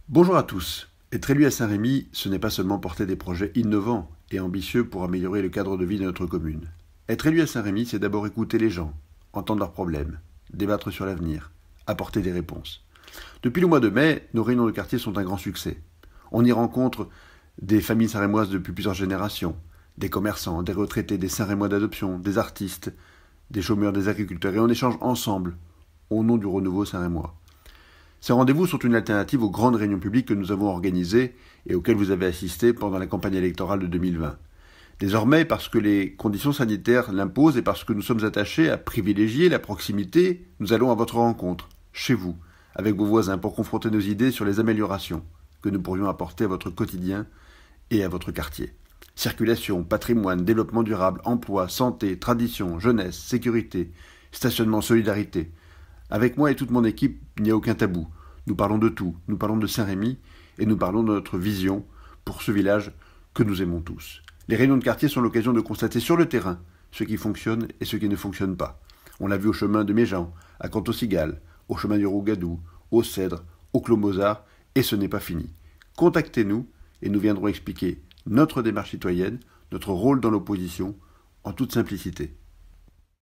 Bonjour à tous. Être élu à Saint-Rémy, ce n'est pas seulement porter des projets innovants et ambitieux pour améliorer le cadre de vie de notre commune. Être élu à Saint-Rémy, c'est d'abord écouter les gens, entendre leurs problèmes, débattre sur l'avenir, apporter des réponses. Depuis le mois de mai, nos réunions de quartier sont un grand succès. On y rencontre des familles saint-rémoises depuis plusieurs générations, des commerçants, des retraités, des Saint-Rémois d'adoption, des artistes, des chômeurs, des agriculteurs, et on échange ensemble au nom du renouveau saint-rémois. Ces rendez-vous sont une alternative aux grandes réunions publiques que nous avons organisées et auxquelles vous avez assisté pendant la campagne électorale de 2020. Désormais, parce que les conditions sanitaires l'imposent et parce que nous sommes attachés à privilégier la proximité, nous allons à votre rencontre, chez vous, avec vos voisins, pour confronter nos idées sur les améliorations que nous pourrions apporter à votre quotidien et à votre quartier. Circulation, patrimoine, développement durable, emploi, santé, tradition, jeunesse, sécurité, stationnement, solidarité. Avec moi et toute mon équipe, il n'y a aucun tabou. Nous parlons de tout, nous parlons de Saint-Rémy et nous parlons de notre vision pour ce village que nous aimons tous. Les réunions de quartier sont l'occasion de constater sur le terrain ce qui fonctionne et ce qui ne fonctionne pas. On l'a vu au chemin de Méjean, à Canto-Cigale, au chemin du Rougadou, au Cèdre, au Clos Mozart, et ce n'est pas fini. Contactez-nous et nous viendrons expliquer notre démarche citoyenne, notre rôle dans l'opposition, en toute simplicité.